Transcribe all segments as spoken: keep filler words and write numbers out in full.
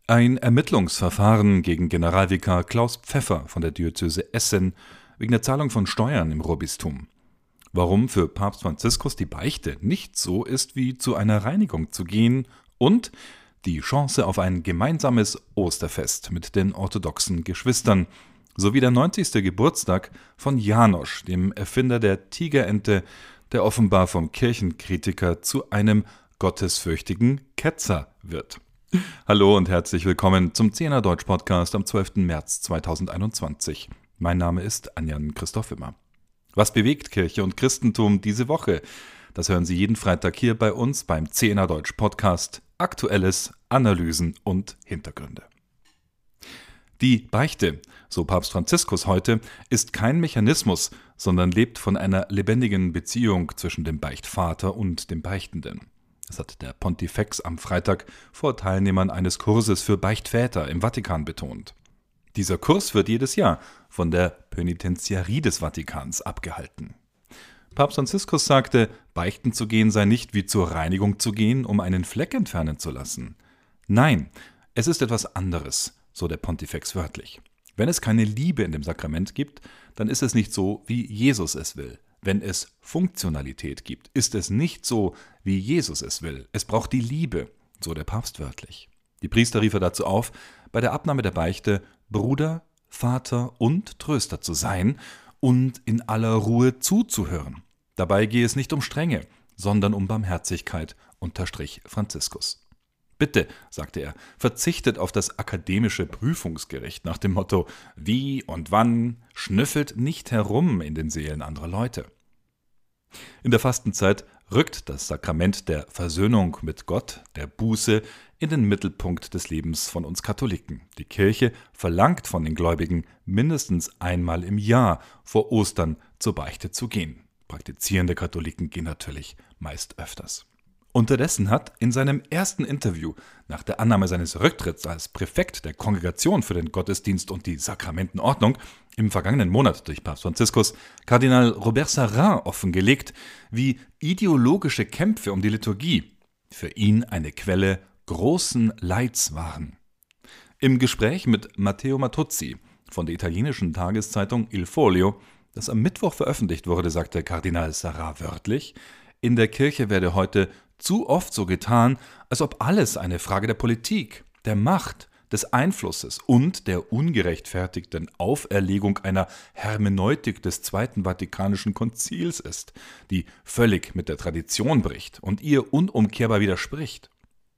Ein Ermittlungsverfahren gegen Generalvikar Klaus Pfeffer von der Diözese Essen wegen der Zahlung von Steuern im Ruhrbistum. Warum für Papst Franziskus die Beichte nicht so ist, wie zu einer Reinigung zu gehen, und die Chance auf ein gemeinsames Osterfest mit den orthodoxen Geschwistern sowie der neunzigste Geburtstag von Janosch, dem Erfinder der Tigerente, der offenbar vom Kirchenkritiker zu einem gottesfürchtigen Ketzer wird. Hallo und herzlich willkommen zum Zehner Deutsch Podcast am zwölften März zweitausendeinundzwanzig. Mein Name ist Anjan Christoph Wimmer. Was bewegt Kirche und Christentum diese Woche? Das hören Sie jeden Freitag hier bei uns beim Zehner Deutsch Podcast. Aktuelles, Analysen und Hintergründe. Die Beichte, so Papst Franziskus heute, ist kein Mechanismus, sondern lebt von einer lebendigen Beziehung zwischen dem Beichtvater und dem Beichtenden. Das hat der Pontifex am Freitag vor Teilnehmern eines Kurses für Beichtväter im Vatikan betont. Dieser Kurs wird jedes Jahr von der Pönitentiarie des Vatikans abgehalten. Papst Franziskus sagte, beichten zu gehen sei nicht wie zur Reinigung zu gehen, um einen Fleck entfernen zu lassen. Nein, es ist etwas anderes, so der Pontifex wörtlich. Wenn es keine Liebe in dem Sakrament gibt, dann ist es nicht so, wie Jesus es will. Wenn es Funktionalität gibt, ist es nicht so, wie Jesus es will. Es braucht die Liebe, so der Papst wörtlich. Die Priester rief er dazu auf, bei der Abnahme der Beichte Bruder, Vater und Tröster zu sein und in aller Ruhe zuzuhören. Dabei gehe es nicht um Strenge, sondern um Barmherzigkeit, unterstrich Franziskus. Bitte, sagte er, verzichtet auf das akademische Prüfungsgericht nach dem Motto wie und wann, schnüffelt nicht herum in den Seelen anderer Leute. In der Fastenzeit rückt das Sakrament der Versöhnung mit Gott, der Buße, in den Mittelpunkt des Lebens von uns Katholiken. Die Kirche verlangt von den Gläubigen, mindestens einmal im Jahr vor Ostern zur Beichte zu gehen. Praktizierende Katholiken gehen natürlich meist öfters. Unterdessen hat in seinem ersten Interview nach der Annahme seines Rücktritts als Präfekt der Kongregation für den Gottesdienst und die Sakramentenordnung im vergangenen Monat durch Papst Franziskus Kardinal Robert Sarrat offengelegt, wie ideologische Kämpfe um die Liturgie für ihn eine Quelle großen Leids waren. Im Gespräch mit Matteo Matuzzi von der italienischen Tageszeitung Il Foglio, das am Mittwoch veröffentlicht wurde, sagte Kardinal Sarrat wörtlich, in der Kirche werde heute zu oft so getan, als ob alles eine Frage der Politik, der Macht, des Einflusses und der ungerechtfertigten Auferlegung einer Hermeneutik des Zweiten Vatikanischen Konzils ist, die völlig mit der Tradition bricht und ihr unumkehrbar widerspricht.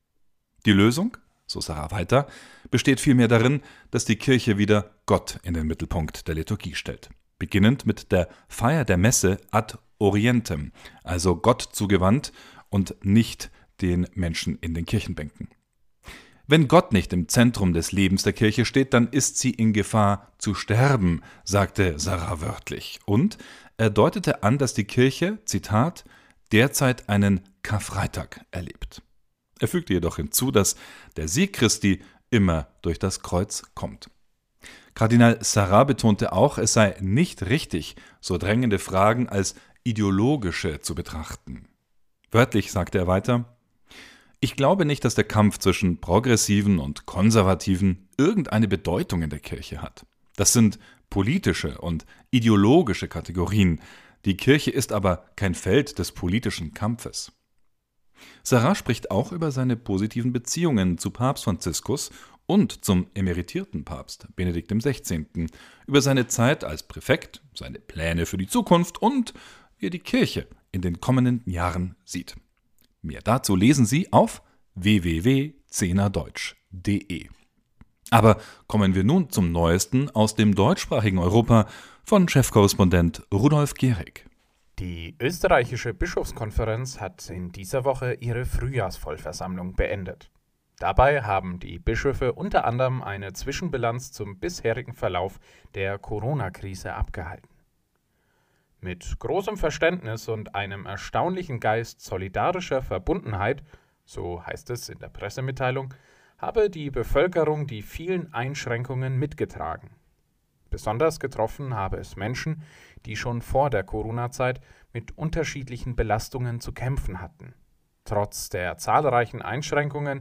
Die Lösung, so Sarrat weiter, besteht vielmehr darin, dass die Kirche wieder Gott in den Mittelpunkt der Liturgie stellt. Beginnend mit der Feier der Messe ad orientem, also Gott zugewandt und nicht den Menschen in den Kirchenbänken. Wenn Gott nicht im Zentrum des Lebens der Kirche steht, dann ist sie in Gefahr zu sterben, sagte Sarrat wörtlich. Und er deutete an, dass die Kirche, Zitat, derzeit einen Karfreitag erlebt. Er fügte jedoch hinzu, dass der Sieg Christi immer durch das Kreuz kommt. Kardinal Sarrat betonte auch, es sei nicht richtig, so drängende Fragen als ideologische zu betrachten. Wörtlich sagte er weiter, ich glaube nicht, dass der Kampf zwischen Progressiven und Konservativen irgendeine Bedeutung in der Kirche hat. Das sind politische und ideologische Kategorien. Die Kirche ist aber kein Feld des politischen Kampfes. Sarrat spricht auch über seine positiven Beziehungen zu Papst Franziskus und zum emeritierten Papst Benedikt der Sechzehnte, über seine Zeit als Präfekt, seine Pläne für die Zukunft und wie er die Kirche in den kommenden Jahren sieht. Mehr dazu lesen Sie auf w w w punkt zehnerdeutsch punkt de. Aber kommen wir nun zum Neuesten aus dem deutschsprachigen Europa von Chefkorrespondent Rudolf Gehrig. Die österreichische Bischofskonferenz hat in dieser Woche ihre Frühjahrsvollversammlung beendet. Dabei haben die Bischöfe unter anderem eine Zwischenbilanz zum bisherigen Verlauf der Corona-Krise abgehalten. Mit großem Verständnis und einem erstaunlichen Geist solidarischer Verbundenheit, so heißt es in der Pressemitteilung, habe die Bevölkerung die vielen Einschränkungen mitgetragen. Besonders getroffen habe es Menschen, die schon vor der Corona-Zeit mit unterschiedlichen Belastungen zu kämpfen hatten. Trotz der zahlreichen Einschränkungen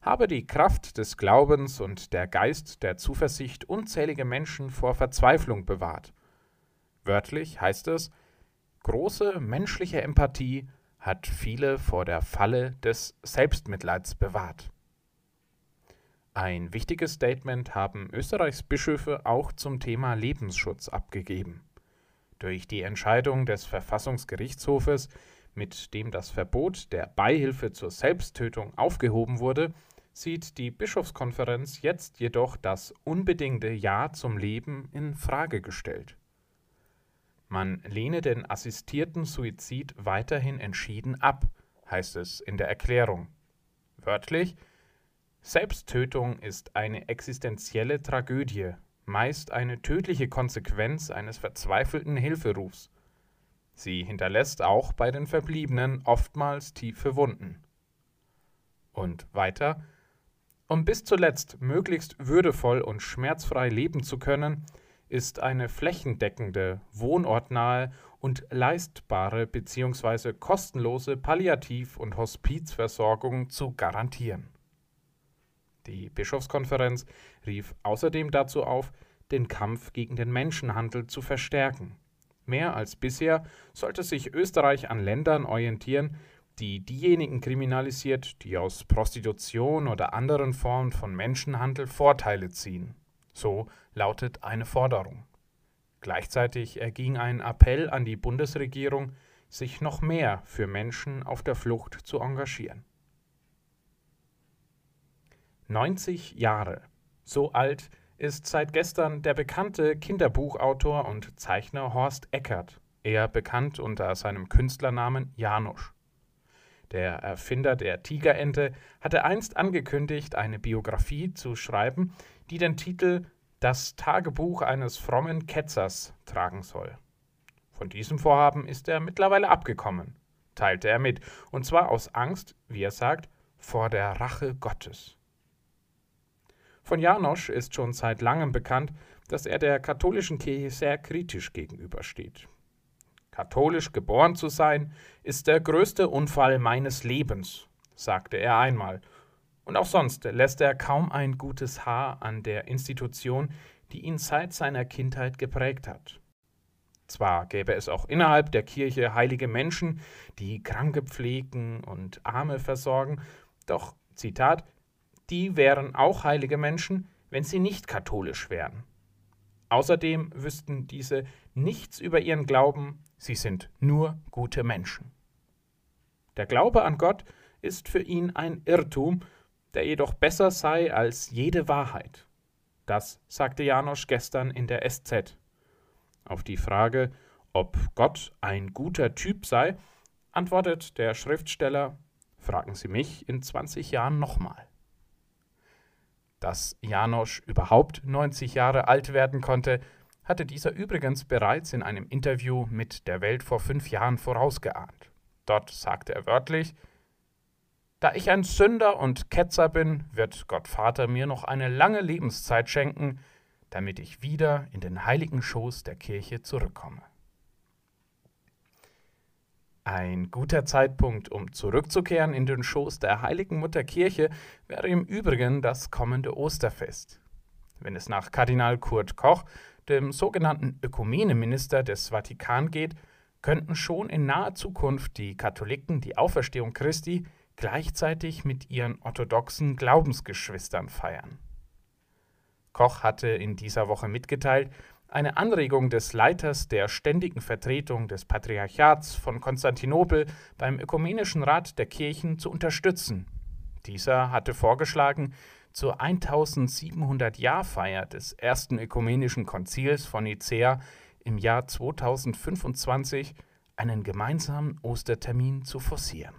habe die Kraft des Glaubens und der Geist der Zuversicht unzählige Menschen vor Verzweiflung bewahrt. Wörtlich heißt es, große menschliche Empathie hat viele vor der Falle des Selbstmitleids bewahrt. Ein wichtiges Statement haben Österreichs Bischöfe auch zum Thema Lebensschutz abgegeben. Durch die Entscheidung des Verfassungsgerichtshofes, mit dem das Verbot der Beihilfe zur Selbsttötung aufgehoben wurde, sieht die Bischofskonferenz jetzt jedoch das unbedingte Ja zum Leben in Frage gestellt. Man lehne den assistierten Suizid weiterhin entschieden ab, heißt es in der Erklärung. Wörtlich: Selbsttötung ist eine existenzielle Tragödie, meist eine tödliche Konsequenz eines verzweifelten Hilferufs. Sie hinterlässt auch bei den Verbliebenen oftmals tiefe Wunden. Und weiter: Um bis zuletzt möglichst würdevoll und schmerzfrei leben zu können, ist eine flächendeckende, wohnortnahe und leistbare bzw. kostenlose Palliativ- und Hospizversorgung zu garantieren. Die Bischofskonferenz rief außerdem dazu auf, den Kampf gegen den Menschenhandel zu verstärken. Mehr als bisher sollte sich Österreich an Ländern orientieren, die diejenigen kriminalisiert, die aus Prostitution oder anderen Formen von Menschenhandel Vorteile ziehen. So lautet eine Forderung. Gleichzeitig erging ein Appell an die Bundesregierung, sich noch mehr für Menschen auf der Flucht zu engagieren. neunzig Jahre. So alt ist seit gestern der bekannte Kinderbuchautor und Zeichner Horst Eckert, eher bekannt unter seinem Künstlernamen Janosch. Der Erfinder der Tigerente hatte einst angekündigt, eine Biografie zu schreiben, die den Titel »Das Tagebuch eines frommen Ketzers« tragen soll. Von diesem Vorhaben ist er mittlerweile abgekommen, teilte er mit, und zwar aus Angst, wie er sagt, vor der Rache Gottes. Von Janosch ist schon seit langem bekannt, dass er der katholischen Kirche sehr kritisch gegenübersteht. Katholisch geboren zu sein, ist der größte Unfall meines Lebens, sagte er einmal. Und auch sonst lässt er kaum ein gutes Haar an der Institution, die ihn seit seiner Kindheit geprägt hat. Zwar gäbe es auch innerhalb der Kirche heilige Menschen, die Kranke pflegen und Arme versorgen, doch, Zitat, die wären auch heilige Menschen, wenn sie nicht katholisch wären. Außerdem wüssten diese nichts über ihren Glauben, sie sind nur gute Menschen. Der Glaube an Gott ist für ihn ein Irrtum, der jedoch besser sei als jede Wahrheit. Das sagte Janosch gestern in der S Z. Auf die Frage, ob Gott ein guter Typ sei, antwortet der Schriftsteller: Fragen Sie mich in zwanzig Jahren nochmal. Dass Janosch überhaupt neunzig Jahre alt werden konnte, hatte dieser übrigens bereits in einem Interview mit der Welt vor fünf Jahren vorausgeahnt. Dort sagte er wörtlich: Da ich ein Sünder und Ketzer bin, wird Gott Vater mir noch eine lange Lebenszeit schenken, damit ich wieder in den heiligen Schoß der Kirche zurückkomme. Ein guter Zeitpunkt, um zurückzukehren in den Schoß der heiligen Mutter Kirche, wäre im Übrigen das kommende Osterfest. Wenn es nach Kardinal Kurt Koch, dem sogenannten Ökumeneminister des Vatikan, geht, könnten schon in naher Zukunft die Katholiken die Auferstehung Christi gleichzeitig mit ihren orthodoxen Glaubensgeschwistern feiern. Koch hatte in dieser Woche mitgeteilt, eine Anregung des Leiters der ständigen Vertretung des Patriarchats von Konstantinopel beim Ökumenischen Rat der Kirchen zu unterstützen. Dieser hatte vorgeschlagen, zur eintausendsiebenhundert-Jahr-Feier des ersten Ökumenischen Konzils von Nicäa im Jahr zweitausendfünfundzwanzig einen gemeinsamen Ostertermin zu forcieren.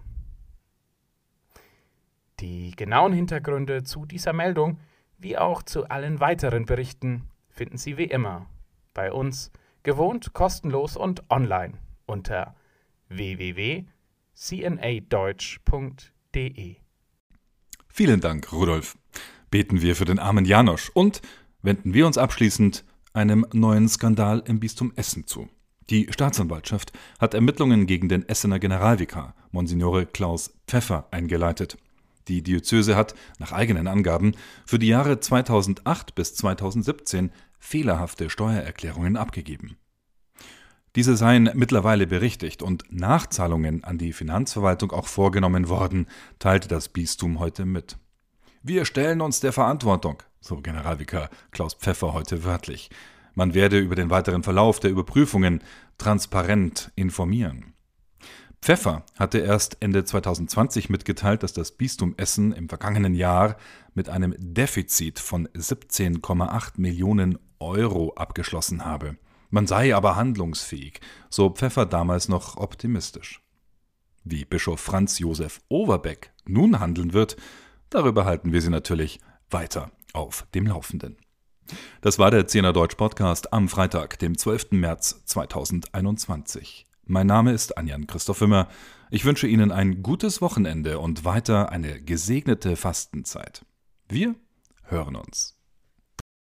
Die genauen Hintergründe zu dieser Meldung, wie auch zu allen weiteren Berichten, finden Sie wie immer bei uns, gewohnt kostenlos und online unter w w w punkt c n a deutsch punkt d e. Vielen Dank, Rudolf. Beten wir für den armen Janosch und wenden wir uns abschließend einem neuen Skandal im Bistum Essen zu. Die Staatsanwaltschaft hat Ermittlungen gegen den Essener Generalvikar, Monsignore Klaus Pfeffer, eingeleitet. Die Diözese hat, nach eigenen Angaben, für die Jahre zweitausendacht bis zweitausendsiebzehn fehlerhafte Steuererklärungen abgegeben. Diese seien mittlerweile berichtigt und Nachzahlungen an die Finanzverwaltung auch vorgenommen worden, teilte das Bistum heute mit. Wir stellen uns der Verantwortung, so Generalvikar Klaus Pfeffer heute wörtlich. Man werde über den weiteren Verlauf der Überprüfungen transparent informieren. Pfeffer hatte erst Ende zweitausendzwanzig mitgeteilt, dass das Bistum Essen im vergangenen Jahr mit einem Defizit von siebzehn Komma acht Millionen Euro abgeschlossen habe. Man sei aber handlungsfähig, so Pfeffer damals noch optimistisch. Wie Bischof Franz Josef Overbeck nun handeln wird, darüber halten wir Sie natürlich weiter auf dem Laufenden. Das war der Zehner Deutsch Podcast am Freitag, dem zwölften März zweitausendeinundzwanzig. Mein Name ist Anjan Christoph Wimmer. Ich wünsche Ihnen ein gutes Wochenende und weiter eine gesegnete Fastenzeit. Wir hören uns.